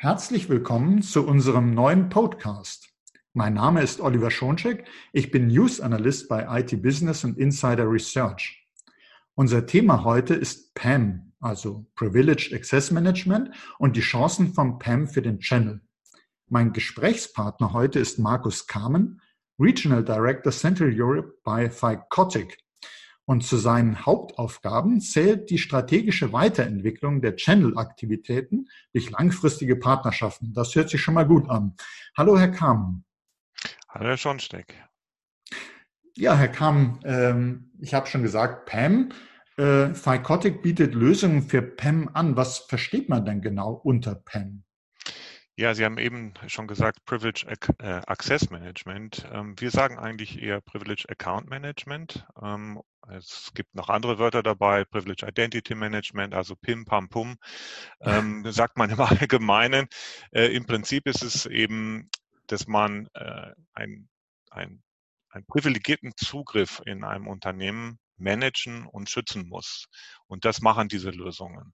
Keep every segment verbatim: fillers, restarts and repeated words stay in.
Herzlich willkommen zu unserem neuen Podcast. Mein Name ist Oliver Schoncheck. Ich bin News Analyst bei I T Business und Insider Research. Unser Thema heute ist P A M, also Privileged Access Management, und die Chancen von P A M für den Channel. Mein Gesprächspartner heute ist Markus Kamen, Regional Director Central Europe bei Thycotic. Und zu seinen Hauptaufgaben zählt die strategische Weiterentwicklung der Channel-Aktivitäten durch langfristige Partnerschaften. Das hört sich schon mal gut an. Hallo, Herr Kamen. Hallo, Herr Schoncheck. Ja, Herr Kamen, ähm, ich habe schon gesagt, P A M. Äh, Thycotic bietet Lösungen für P A M an. Was versteht man denn genau unter P A M? Ja, Sie haben eben schon gesagt, Privileged Access Management. Wir sagen eigentlich eher Privileged Account Management. Es gibt noch andere Wörter dabei, Privileged Identity Management, also P I M, P A M, P U M. Das sagt man im Allgemeinen. Im Prinzip ist es eben, dass man einen, einen, einen privilegierten Zugriff in einem Unternehmen managen und schützen muss. Und das machen diese Lösungen.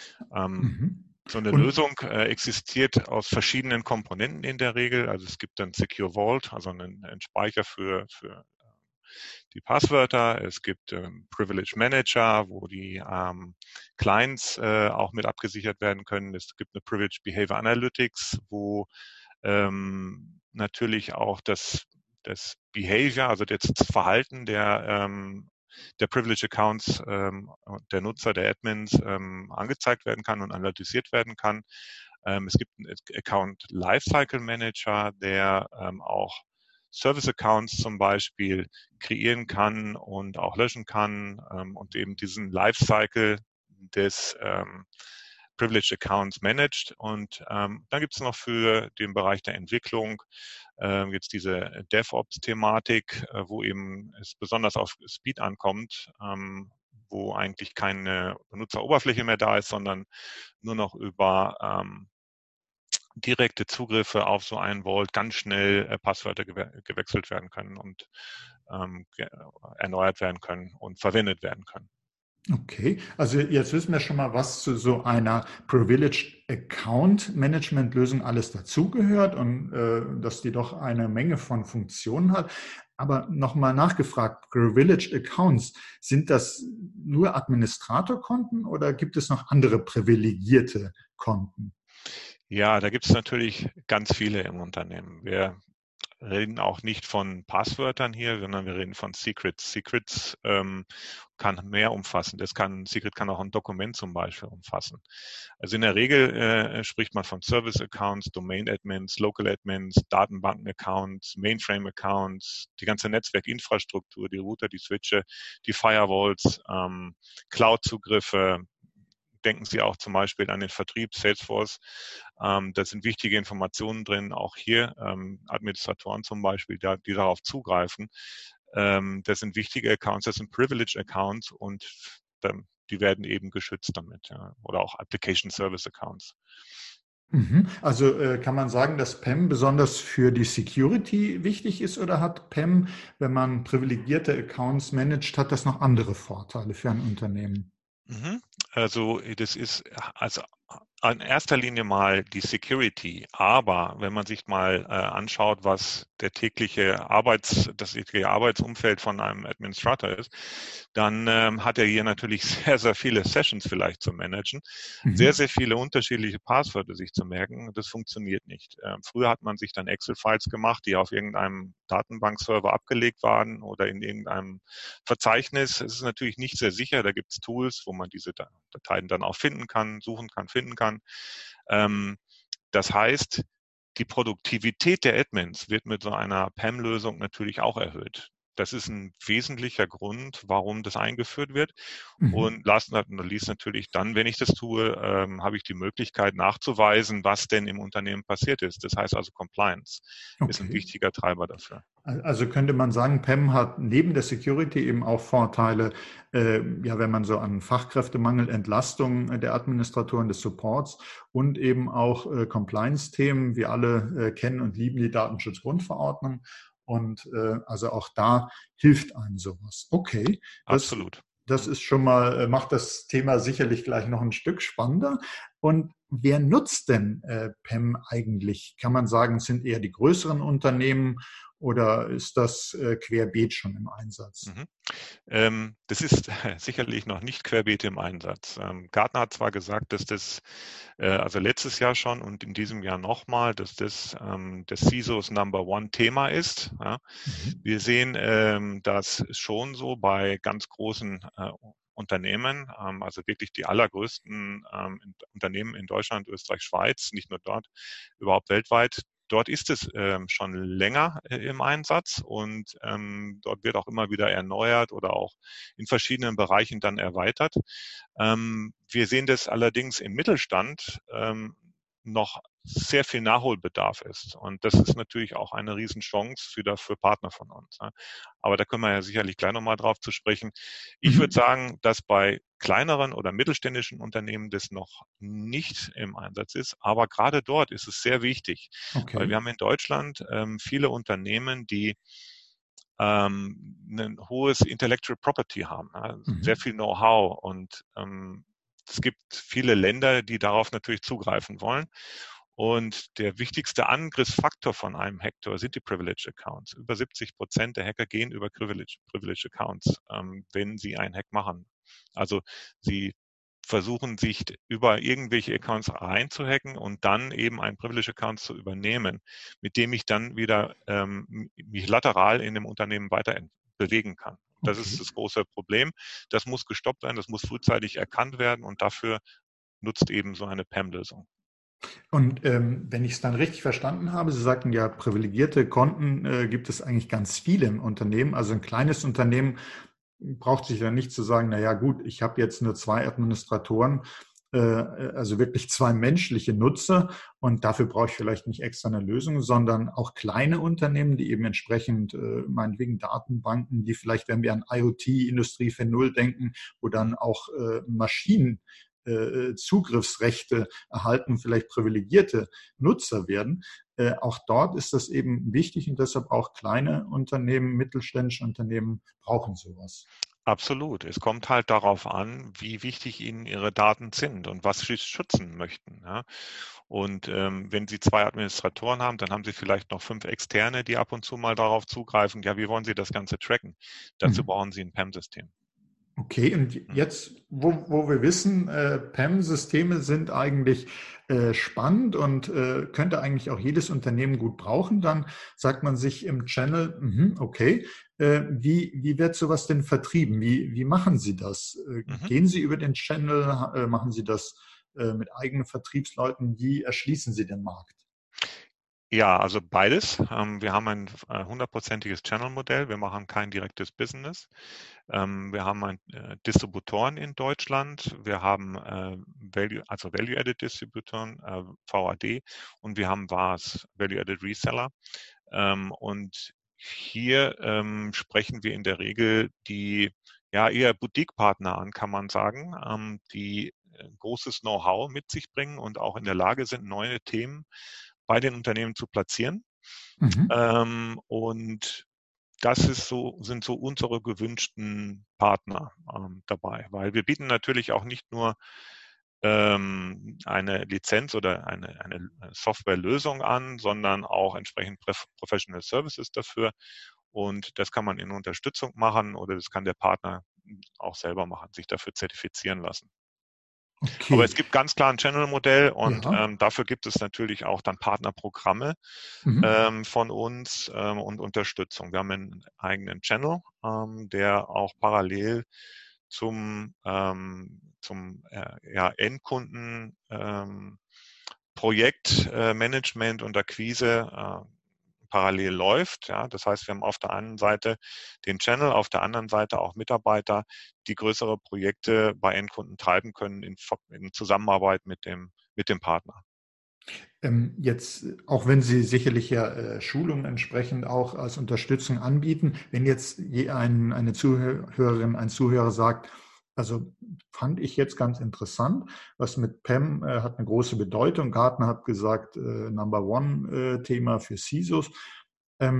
Mhm. So eine Und Lösung äh, existiert aus verschiedenen Komponenten in der Regel. Also es gibt dann Secure Vault, also einen, einen Speicher für, für die Passwörter. Es gibt ähm, Privilege Manager, wo die ähm, Clients äh, auch mit abgesichert werden können. Es gibt eine Privilege Behavior Analytics, wo ähm, natürlich auch das, das Behavior, also das Verhalten der ähm, der Privilege Accounts ähm, der Nutzer, der Admins ähm, angezeigt werden kann und analysiert werden kann. Ähm, es gibt einen Account Lifecycle Manager, der ähm, auch Service Accounts zum Beispiel kreieren kann und auch löschen kann ähm, und eben diesen Lifecycle des ähm, Privileged Accounts managt. Und ähm, dann gibt es noch für den Bereich der Entwicklung äh, jetzt diese DevOps-Thematik, äh, wo eben es besonders auf Speed ankommt, ähm, wo eigentlich keine Benutzeroberfläche mehr da ist, sondern nur noch über ähm, direkte Zugriffe auf so ein Vault ganz schnell äh, Passwörter gewe- gewechselt werden können und ähm, ge- erneuert werden können und verwendet werden können. Okay, also jetzt wissen wir schon mal, was zu so einer Privileged Account Management Lösung alles dazugehört und äh, dass die doch eine Menge von Funktionen hat. Aber nochmal nachgefragt, Privileged Accounts, sind das nur Administratorkonten oder gibt es noch andere privilegierte Konten? Ja, da gibt es natürlich ganz viele im Unternehmen. Wir reden auch nicht von Passwörtern hier, sondern wir reden von Secrets. Secrets ähm, kann mehr umfassen. Das kann, Secret kann auch ein Dokument zum Beispiel umfassen. Also in der Regel äh, spricht man von Service Accounts, Domain Admins, Local Admins, Datenbanken Accounts, Mainframe Accounts, die ganze Netzwerkinfrastruktur, die Router, die Switche, die Firewalls, ähm, Cloud-Zugriffe. Denken Sie auch zum Beispiel an den Vertrieb Salesforce. Ähm, da sind wichtige Informationen drin, auch hier ähm, Administratoren zum Beispiel, die, die darauf zugreifen. Ähm, das sind wichtige Accounts, das sind Privileged Accounts und ähm, die werden eben geschützt damit. Ja. Oder auch Application Service Accounts. Mhm. Also äh, kann man sagen, dass P A M besonders für die Security wichtig ist oder hat P A M, wenn man privilegierte Accounts managt, hat das noch andere Vorteile für ein Unternehmen? Mhm. Also das ist also in erster Linie mal die Security, aber wenn man sich mal äh, anschaut, was der tägliche Arbeits, das tägliche Arbeitsumfeld von einem Administrator ist, dann ähm, hat er hier natürlich sehr, sehr viele Sessions vielleicht zu managen, sehr, Mhm. sehr viele unterschiedliche Passwörter sich zu merken. Das funktioniert nicht. Ähm, früher hat man sich dann Excel-Files gemacht, die auf irgendeinem Datenbankserver abgelegt waren oder in irgendeinem Verzeichnis. Es ist natürlich nicht sehr sicher. Da gibt es Tools, wo man diese Dateien dann auch finden kann, suchen kann, finden kann. Ähm, das heißt, die Produktivität der Admins wird mit so einer P A M-Lösung natürlich auch erhöht. Das ist ein wesentlicher Grund, warum das eingeführt wird. Mhm. Und last but not least natürlich dann, wenn ich das tue, ähm, habe ich die Möglichkeit nachzuweisen, was denn im Unternehmen passiert ist. Das heißt also Compliance ist ein Okay. wichtiger Treiber dafür. Also könnte man sagen, P A M hat neben der Security eben auch Vorteile, äh, ja, wenn man so an Fachkräftemangel, Entlastung der Administratoren, des Supports und eben auch äh, Compliance-Themen. Wir alle äh, kennen und lieben die Datenschutzgrundverordnung und äh, also auch da hilft einem sowas. Okay, das Absolut. Das Mhm. ist schon mal, äh, macht das Thema sicherlich gleich noch ein Stück spannender. Und wer nutzt denn äh, P E M eigentlich? Kann man sagen, es sind eher die größeren Unternehmen oder ist das äh, querbeet schon im Einsatz? Mhm. Ähm, das ist sicherlich noch nicht querbeet im Einsatz. Ähm, Gartner hat zwar gesagt, dass das, äh, also letztes Jahr schon und in diesem Jahr nochmal, dass das ähm, das C I S Os Number One Thema ist. Ja. Mhm. Wir sehen ähm, das schon so bei ganz großen äh, Unternehmen, ähm, also wirklich die allergrößten ähm, Unternehmen in Deutschland, Österreich, Schweiz, nicht nur dort, überhaupt weltweit. Dort ist es ähm, schon länger äh, im Einsatz und ähm, dort wird auch immer wieder erneuert oder auch in verschiedenen Bereichen dann erweitert. Ähm, wir sehen das allerdings im Mittelstand ähm, noch sehr viel Nachholbedarf ist. Und das ist natürlich auch eine Riesenchance für, für Partner von uns. Ja. Aber da können wir ja sicherlich gleich nochmal drauf zu sprechen. Ich würde Mhm. sagen, dass bei kleineren oder mittelständischen Unternehmen das noch nicht im Einsatz ist. Aber gerade dort ist es sehr wichtig, weil Okay. wir haben in Deutschland ähm, viele Unternehmen, die ähm, ein hohes Intellectual Property haben, ja, sehr Mhm. viel Know-how und ähm, es gibt viele Länder, die darauf natürlich zugreifen wollen. Und der wichtigste Angriffsfaktor von einem Hacker sind die Privilege Accounts. Über siebzig Prozent der Hacker gehen über Privilege, Privilege Accounts, ähm, wenn sie einen Hack machen. Also sie versuchen, sich über irgendwelche Accounts reinzuhacken und dann eben einen Privilege-Account zu übernehmen, mit dem ich dann wieder ähm, mich lateral in dem Unternehmen weiter bewegen kann. Das ist Okay. das große Problem. Das muss gestoppt werden, das muss frühzeitig erkannt werden und dafür nutzt eben so eine P E M-Lösung. Und ähm, wenn ich es dann richtig verstanden habe, Sie sagten ja, privilegierte Konten äh, gibt es eigentlich ganz viele im Unternehmen. Also ein kleines Unternehmen braucht sich ja nicht zu sagen, na ja, gut, ich habe jetzt nur zwei Administratoren, äh, also wirklich zwei menschliche Nutzer und dafür brauche ich vielleicht nicht extra eine Lösung, sondern auch kleine Unternehmen, die eben entsprechend, äh, meinetwegen Datenbanken, die vielleicht, wenn wir an IoT, Industrie vier Punkt null denken, wo dann auch äh, Maschinen äh, Zugriffsrechte erhalten, vielleicht privilegierte Nutzer werden. Äh, auch dort ist das eben wichtig und deshalb auch kleine Unternehmen, mittelständische Unternehmen brauchen sowas. Absolut. Es kommt halt darauf an, wie wichtig Ihnen Ihre Daten sind und was Sie schützen möchten. Ja. Und ähm, wenn Sie zwei Administratoren haben, dann haben Sie vielleicht noch fünf Externe, die ab und zu mal darauf zugreifen. Ja, wie wollen Sie das Ganze tracken? Dazu Mhm. brauchen Sie ein P E M-System. Okay, und Mhm. jetzt, wo, wo wir wissen, äh, P E M-Systeme sind eigentlich äh, spannend und äh, könnte eigentlich auch jedes Unternehmen gut brauchen, dann sagt man sich im Channel, mhm, okay, äh, wie, wie wird sowas denn vertrieben? Wie, wie machen Sie das? Äh, Mhm. gehen Sie über den Channel? Ha- äh, machen Sie das äh, mit eigenen Vertriebsleuten? Wie erschließen Sie den Markt? Ja, also beides. Ähm, wir haben ein äh, hundertprozentiges Channel-Modell. Wir machen kein direktes Business. Ähm, wir haben ein, äh, Distributoren in Deutschland. Wir haben äh, Value, also Value-Added Distributoren, äh, V A D, und wir haben V A S, Value-Added Reseller. Ähm, und hier ähm, sprechen wir in der Regel die ja eher Boutique-Partner an, kann man sagen, ähm, die äh, großes Know-how mit sich bringen und auch in der Lage sind, neue Themen bei den Unternehmen zu platzieren. Mhm. Ähm, und das ist so, sind so unsere gewünschten Partner ähm, dabei, weil wir bieten natürlich auch nicht nur ähm, eine Lizenz oder eine, eine Softwarelösung an, sondern auch entsprechend Professional Services dafür. Und das kann man in Unterstützung machen oder das kann der Partner auch selber machen, sich dafür zertifizieren lassen. Aber Okay, es gibt ganz klar ein Channel-Modell und ja. ähm, dafür gibt es natürlich auch dann Partnerprogramme Mhm. ähm, von uns ähm, und Unterstützung. Wir haben einen eigenen Channel, ähm, der auch parallel zum, ähm, zum äh, ja, Endkunden ähm, Projektmanagement äh, und Akquise äh, parallel läuft. Ja, das heißt, wir haben auf der einen Seite den Channel, auf der anderen Seite auch Mitarbeiter, die größere Projekte bei Endkunden treiben können in, in Zusammenarbeit mit dem, mit dem Partner. Ähm, jetzt, auch wenn Sie sicherlich ja äh, Schulungen entsprechend auch als Unterstützung anbieten, wenn jetzt je ein, eine Zuhörerin, ein Zuhörer sagt, also fand ich jetzt ganz interessant, was mit P E M äh, hat eine große Bedeutung. Gartner hat gesagt, äh, Number One äh, Thema für C I S Os. Ähm,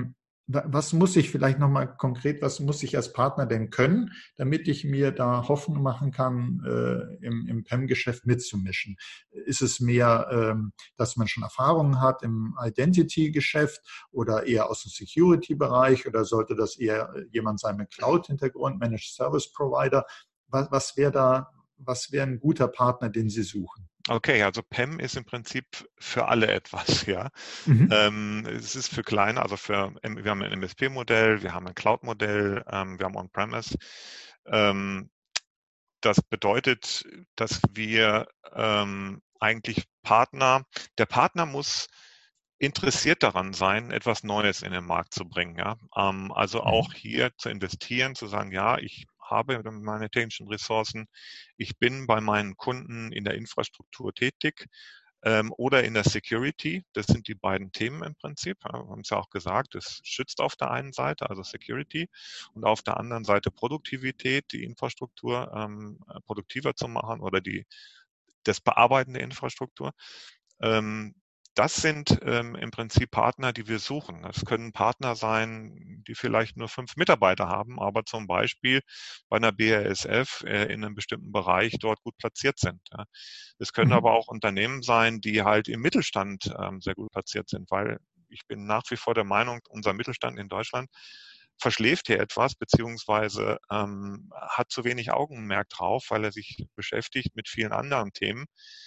Was muss ich vielleicht nochmal konkret, was muss ich als Partner denn können, damit ich mir da Hoffnung machen kann, äh, im, im P E M-Geschäft mitzumischen? Ist es mehr, ähm, dass man schon Erfahrungen hat im Identity-Geschäft oder eher aus dem Security-Bereich oder sollte das eher jemand sein mit Cloud-Hintergrund, Managed Service Provider? Was, was wäre da, was wäre ein guter Partner, den Sie suchen? Okay, also P E M ist im Prinzip für alle etwas, ja. Mhm. Ähm, es ist für kleine, also für, wir haben ein M S P-Modell, wir haben ein Cloud-Modell, ähm, wir haben On-Premise. Ähm, das bedeutet, dass wir ähm, eigentlich Partner, der Partner muss interessiert daran sein, etwas Neues in den Markt zu bringen. Ja? Ähm, also auch Mhm. hier zu investieren, zu sagen, ja, ich habe meine technischen Ressourcen, ich bin bei meinen Kunden in der Infrastruktur tätig ähm, oder in der Security. Das sind die beiden Themen im Prinzip. Ja, wir haben es ja auch gesagt, es schützt auf der einen Seite, also Security, und auf der anderen Seite Produktivität, die Infrastruktur ähm, produktiver zu machen oder die das Bearbeiten der Infrastruktur. Ähm, das sind ähm, im Prinzip Partner, die wir suchen. Das können Partner sein, die vielleicht nur fünf Mitarbeiter haben, aber zum Beispiel bei einer B A S F äh, in einem bestimmten Bereich dort gut platziert sind. Ja. Es können aber Mhm. auch Unternehmen sein, die halt im Mittelstand ähm, sehr gut platziert sind, weil ich bin nach wie vor der Meinung, unser Mittelstand in Deutschland verschläft hier etwas, beziehungsweise ähm, hat zu wenig Augenmerk drauf, weil er sich beschäftigt mit vielen anderen Themen.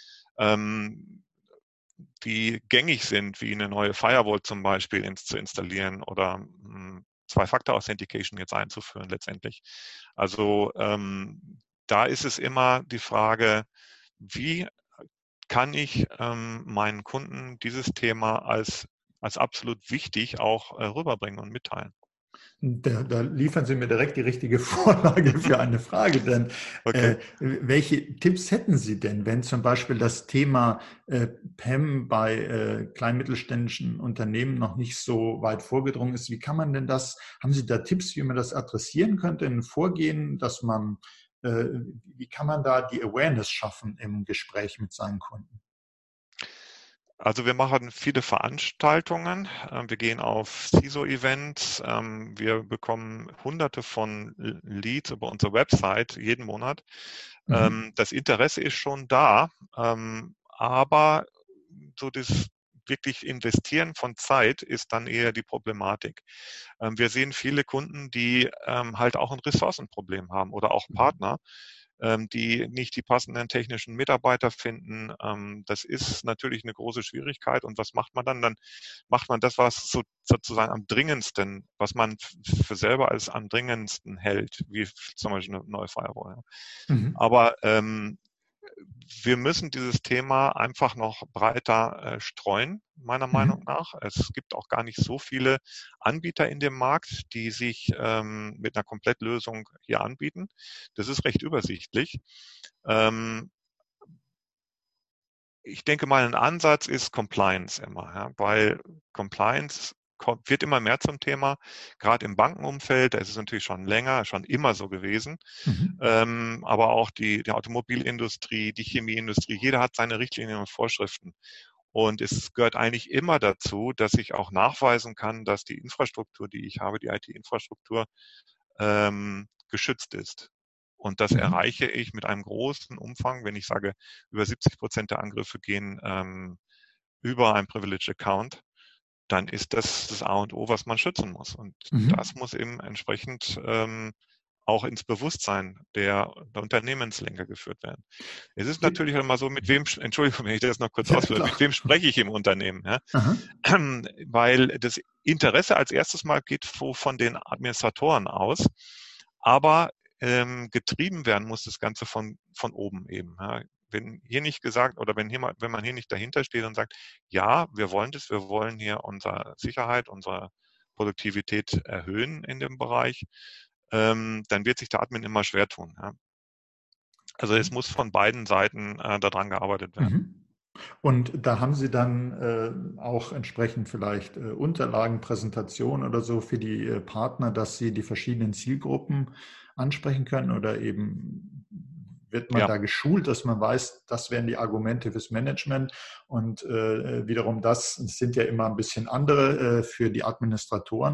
Ähm, die gängig sind, wie eine neue Firewall zum Beispiel ins, zu installieren oder mh, Zwei-Faktor-Authentication jetzt einzuführen letztendlich. Also ähm, da ist es immer die Frage, wie kann ich ähm, meinen Kunden dieses Thema als, als absolut wichtig auch äh, rüberbringen und mitteilen. Da, da liefern Sie mir direkt die richtige Vorlage für eine Frage, denn Okay. äh, welche Tipps hätten Sie denn, wenn zum Beispiel das Thema äh, P E M bei äh, kleinen mittelständischen Unternehmen noch nicht so weit vorgedrungen ist? Wie kann man denn das, haben Sie da Tipps, wie man das adressieren könnte, in Vorgehen, dass man, äh, wie kann man da die Awareness schaffen im Gespräch mit seinen Kunden? Also wir machen viele Veranstaltungen. Wir gehen auf C I S O-Events. Wir bekommen hunderte von Leads über unsere Website jeden Monat. Mhm. Das Interesse ist schon da, aber so das wirklich Investieren von Zeit ist dann eher die Problematik. Wir sehen viele Kunden, die halt auch ein Ressourcenproblem haben oder auch Partner, die nicht die passenden technischen Mitarbeiter finden. Das ist natürlich eine große Schwierigkeit. Und was macht man dann? Dann macht man das, was so, sozusagen am dringendsten, was man für selber als am dringendsten hält, wie zum Beispiel eine neue Firewall. Mhm. Aber ähm, wir müssen dieses Thema einfach noch breiter äh, streuen, meiner Meinung Mhm. nach. Es gibt auch gar nicht so viele Anbieter in dem Markt, die sich ähm, mit einer Komplettlösung hier anbieten. Das ist recht übersichtlich. Ähm, ich denke mal, ein Ansatz ist Compliance immer, ja, weil Compliance kommt, wird immer mehr zum Thema, gerade im Bankenumfeld, da ist es natürlich schon länger, schon immer so gewesen, Mhm. ähm, aber auch die, die Automobilindustrie, die Chemieindustrie, jeder hat seine Richtlinien und Vorschriften. Und es gehört eigentlich immer dazu, dass ich auch nachweisen kann, dass die Infrastruktur, die ich habe, die I T-Infrastruktur, ähm, geschützt ist. Und das Mhm. erreiche ich mit einem großen Umfang, wenn ich sage, über siebzig Prozent der Angriffe gehen ähm, über ein Privileged Account, dann ist das das A und O, was man schützen muss. Und Mhm. das muss eben entsprechend ähm, auch ins Bewusstsein der, der Unternehmenslenker geführt werden. Es ist Gibt, natürlich immer so, mit wem, Entschuldigung, wenn ich das noch kurz ja, ausführe, klar. mit wem spreche ich im Unternehmen? Ja? Aha. Weil das Interesse als erstes Mal geht von den Administratoren aus, aber ähm, getrieben werden muss das Ganze von, von oben eben. Ja. Wenn hier nicht gesagt oder wenn, hier mal, wenn man hier nicht dahinter steht und sagt, ja, wir wollen das, wir wollen hier unsere Sicherheit, unsere Produktivität erhöhen in dem Bereich, ähm, dann wird sich der Admin immer schwer tun. Ja. Also es muss von beiden Seiten äh, daran gearbeitet werden. Mhm. Und da haben Sie dann äh, auch entsprechend vielleicht äh, Unterlagen, Präsentationen oder so für die äh, Partner, dass sie die verschiedenen Zielgruppen ansprechen können oder eben wird man Ja. da geschult, dass man weiß, das wären die Argumente fürs Management und äh, wiederum das, das sind ja immer ein bisschen andere äh, für die Administratoren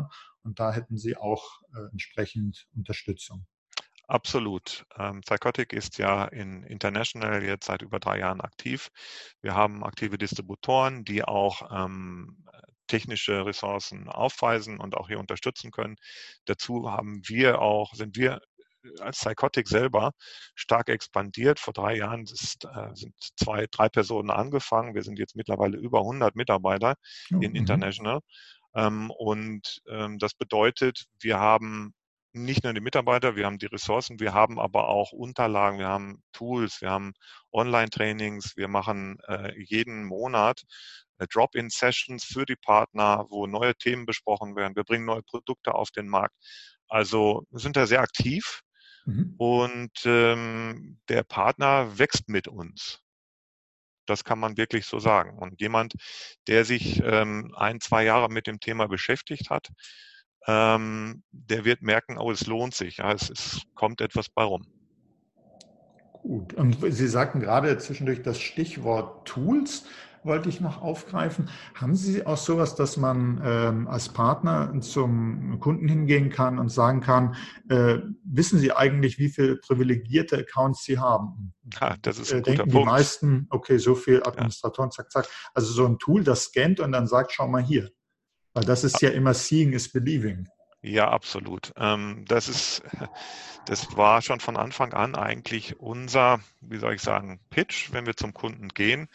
und da hätten Sie auch äh, entsprechend Unterstützung. Absolut. Ähm, Zycotic ist ja in International jetzt seit über drei Jahren aktiv. Wir haben aktive Distributoren, die auch ähm, technische Ressourcen aufweisen und auch hier unterstützen können. Dazu haben wir auch, sind wir als Zycotic selber stark expandiert. Vor drei Jahren ist, äh, sind zwei, drei Personen angefangen. Wir sind jetzt mittlerweile über hundert Mitarbeiter Oh, in mhm. International. Ähm, und ähm, das bedeutet, wir haben nicht nur die Mitarbeiter, wir haben die Ressourcen, wir haben aber auch Unterlagen, wir haben Tools, wir haben Online-Trainings, wir machen äh, jeden Monat äh, Drop-in-Sessions für die Partner, wo neue Themen besprochen werden. Wir bringen neue Produkte auf den Markt. Also wir sind da sehr aktiv Mhm. und ähm, der Partner wächst mit uns. Das kann man wirklich so sagen. Und jemand, der sich ähm, ein, zwei Jahre mit dem Thema beschäftigt hat, ähm, der wird merken, oh, es lohnt sich. Ja, es, es kommt etwas bei rum. Gut. Und Sie sagten gerade zwischendurch das Stichwort Tools, wollte ich noch aufgreifen. Haben Sie auch sowas, dass man ähm, als Partner zum Kunden hingehen kann und sagen kann, äh, wissen Sie eigentlich, wie viele privilegierte Accounts Sie haben? Ja, das ist ein Äh, guter denken die Punkt. meisten, okay, so viel Ja, Administratoren, zack, zack. Also so ein Tool, das scannt und dann sagt, schau mal hier. Weil das ist ja immer Seeing is Believing. ja, absolut. Ähm, das ist, das war schon von Anfang an eigentlich unser, wie soll ich sagen, Pitch, wenn wir zum Kunden gehen.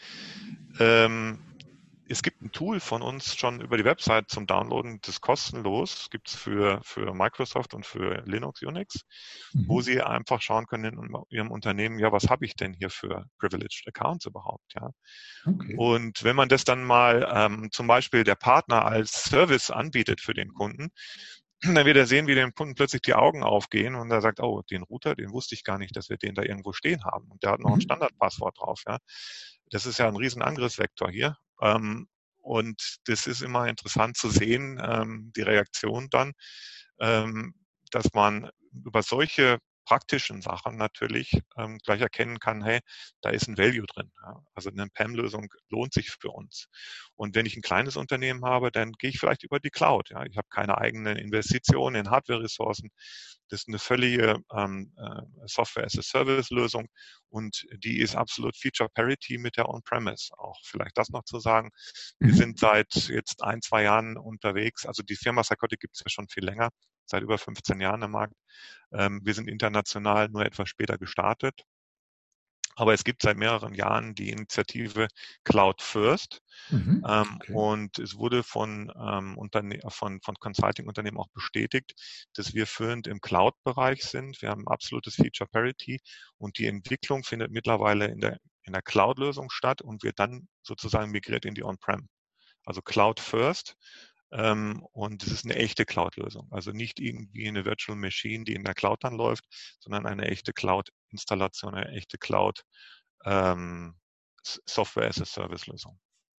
Ähm, Es gibt ein Tool von uns schon über die Website zum Downloaden, das ist kostenlos, gibt es für, für Microsoft und für Linux, Unix, wo Mhm. Sie einfach schauen können in Ihrem Unternehmen, ja, was habe ich denn hier für Privileged Accounts überhaupt, ja. Okay. Und wenn man das dann mal ähm, zum Beispiel der Partner als Service anbietet für den Kunden, dann wird er sehen, wie dem Kunden plötzlich die Augen aufgehen und er sagt, oh, den Router, den wusste ich gar nicht, dass wir den da irgendwo stehen haben. Und der hat noch ein Mhm. Standardpasswort drauf, ja. Das ist ja ein riesen Angriffsvektor hier. Ähm, und das ist immer interessant zu sehen, ähm, die Reaktion dann, ähm, dass man über solche praktischen Sachen natürlich ähm, gleich erkennen kann, hey, da ist ein Value drin. Ja. Also eine P A M-Lösung lohnt sich für uns. Und wenn ich ein kleines Unternehmen habe, dann gehe ich vielleicht über die Cloud. Ja. Ich habe keine eigenen Investitionen in Hardware-Ressourcen. Das ist eine völlige ähm, äh, Software-as-a-Service-Lösung und die ist absolut Feature Parity mit der On-Premise. Auch vielleicht das noch zu sagen. Wir Mhm. sind seit jetzt ein, zwei Jahren unterwegs. Also die Firma Zycotic gibt es ja schon viel länger, seit über fünfzehn Jahren im Markt. Ähm, wir sind international nur etwas später gestartet. Aber es gibt seit mehreren Jahren die Initiative Cloud First. Mhm. Ähm, Okay. und es wurde von, ähm, Unterne von, von Consulting-Unternehmen auch bestätigt, dass wir führend im Cloud-Bereich sind. Wir haben absolutes Feature Parity und die Entwicklung findet mittlerweile in der, in der Cloud-Lösung statt und wird dann sozusagen migriert in die On-Prem. Also Cloud First. Ähm, und es ist eine echte Cloud-Lösung. Also nicht irgendwie eine Virtual Machine, die in der Cloud dann läuft, sondern eine echte Cloud-Installation, eine echte Cloud ähm, Software as a Service-Lösung.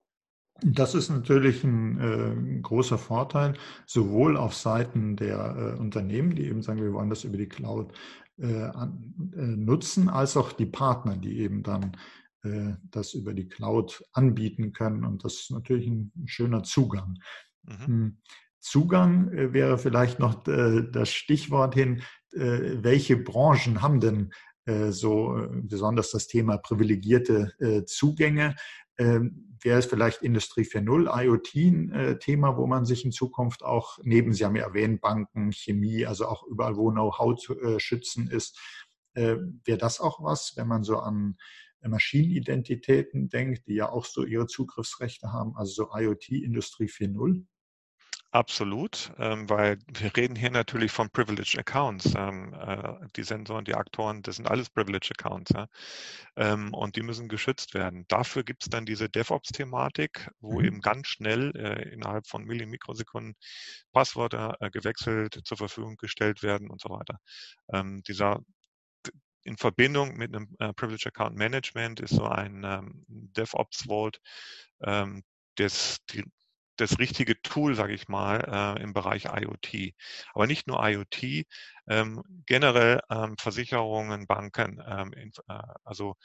Das ist natürlich ein äh, großer Vorteil, sowohl auf Seiten der äh, Unternehmen, die eben sagen, wir wollen das über die Cloud äh, an, äh, nutzen, als auch die Partner, die eben dann äh, das über die Cloud anbieten können. Und das ist natürlich ein, ein schöner Zugang. Mhm. Hm. Zugang äh, wäre vielleicht noch äh, das Stichwort hin, äh, welche Branchen haben denn äh, so äh, besonders das Thema privilegierte äh, Zugänge? Ähm, wäre es vielleicht Industrie vier Punkt null, IoT ein äh, Thema, wo man sich in Zukunft auch neben, Sie haben ja erwähnt, Banken, Chemie, also auch überall, wo Know-how zu äh, schützen ist, äh, wäre das auch was, wenn man so an Maschinenidentitäten denkt, die ja auch so ihre Zugriffsrechte haben, also so IoT, Industrie vier Punkt null? Absolut, ähm, weil wir reden hier natürlich von Privileged Accounts. Ähm, äh, die Sensoren, die Aktoren, das sind alles Privileged Accounts. Ja? Ähm, und die müssen geschützt werden. Dafür gibt es dann diese DevOps-Thematik, wo eben Mhm. ganz schnell äh, innerhalb von Millimicrosekunden Passwörter äh, gewechselt, zur Verfügung gestellt werden und so weiter. Ähm, dieser in Verbindung mit einem äh, Privileged Account Management ist so ein ähm, DevOps Vault ähm, das, die, das richtige Tool, sage ich mal, äh, im Bereich IoT. Aber nicht nur IoT, ähm, generell ähm, Versicherungen, Banken, ähm, in, äh, also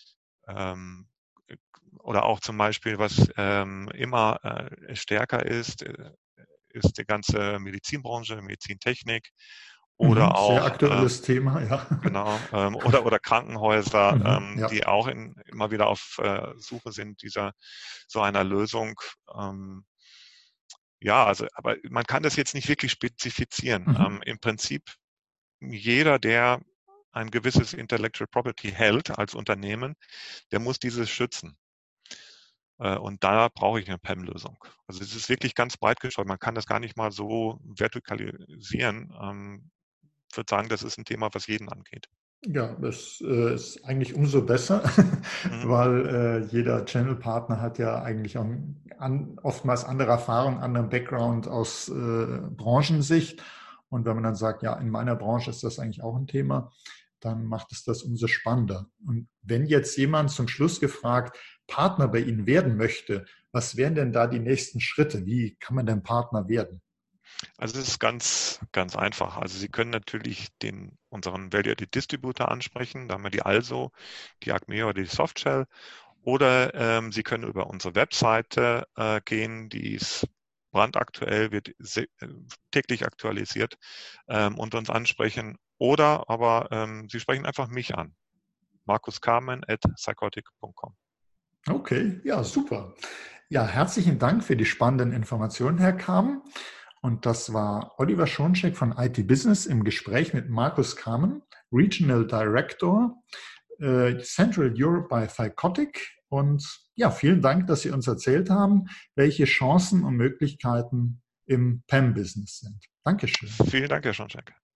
ähm, oder auch zum Beispiel, was ähm, immer äh, stärker ist, äh, ist die ganze Medizinbranche, Medizintechnik oder mhm, auch sehr aktuelles ähm, Thema, ja. genau ähm, oder oder Krankenhäuser, Mhm, ähm, ja. die auch in, immer wieder auf äh, Suche sind dieser so einer Lösung. Ähm, ja, also aber man kann das jetzt nicht wirklich spezifizieren. Ähm, Mhm. Im Prinzip jeder, der ein gewisses Intellectual Property hält als Unternehmen, der muss dieses schützen. Und da brauche ich eine P E M-Lösung. Also es ist wirklich ganz breit gestreut. Man kann das gar nicht mal so vertikalisieren. Ähm, Ich würde sagen, das ist ein Thema, was jeden angeht. Ja, das äh, ist eigentlich umso besser, Mhm. weil äh, jeder Channel-Partner hat ja eigentlich auch an, oftmals andere Erfahrungen, anderen Background aus äh, Branchensicht. Und wenn man dann sagt, ja, in meiner Branche ist das eigentlich auch ein Thema, dann macht es das umso spannender. Und wenn jetzt jemand zum Schluss gefragt, Partner bei Ihnen werden möchte, was wären denn da die nächsten Schritte? Wie kann man denn Partner werden? Also es ist ganz, ganz einfach. Also Sie können natürlich den, unseren Value-Added Distributor ansprechen. Da haben wir die Also, die Acme oder die Softshell. Oder ähm, Sie können über unsere Webseite äh, gehen, die ist brandaktuell, wird se- äh, täglich aktualisiert ähm, und uns ansprechen. Oder aber ähm, Sie sprechen einfach mich an. markus carmen at psychotic punkt com. Okay, ja, super. Ja, herzlichen Dank für die spannenden Informationen, Herr Kamen. Und das war Oliver Schoncheck von I T Business im Gespräch mit Markus Kamen, Regional Director äh, Central Europe bei Thycotic. Und ja, vielen Dank, dass Sie uns erzählt haben, welche Chancen und Möglichkeiten im P E M-Business sind. Dankeschön. Vielen Dank, Herr Schoncheck.